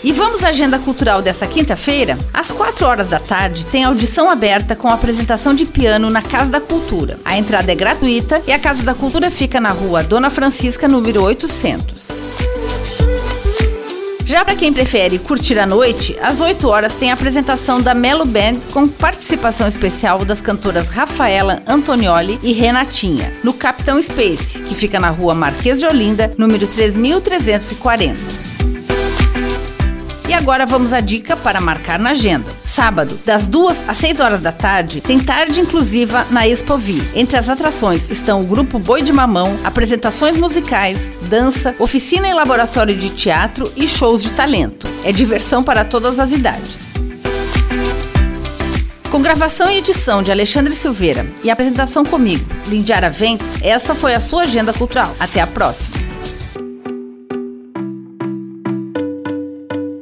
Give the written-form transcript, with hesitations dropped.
E vamos à agenda cultural desta quinta-feira? Às 4 horas da tarde tem audição aberta com apresentação de piano na Casa da Cultura. A entrada é gratuita e a Casa da Cultura fica na rua Dona Francisca, número 800. Já para quem prefere curtir a noite, às 8 horas tem a apresentação da Melo Band com participação especial das cantoras Rafaela Antonioli e Renatinha, no Capitão Space, que fica na rua Marquês de Olinda, número 3340. E agora vamos à dica para marcar na agenda. Sábado, das 2 às 6 horas da tarde, tem tarde inclusiva na Expovi. Entre as atrações estão o grupo Boi de Mamão, apresentações musicais, dança, oficina e laboratório de teatro e shows de talento. É diversão para todas as idades. Com gravação e edição de Alexandre Silveira e apresentação comigo, Lindiara Ventes, essa foi a sua agenda cultural. Até a próxima!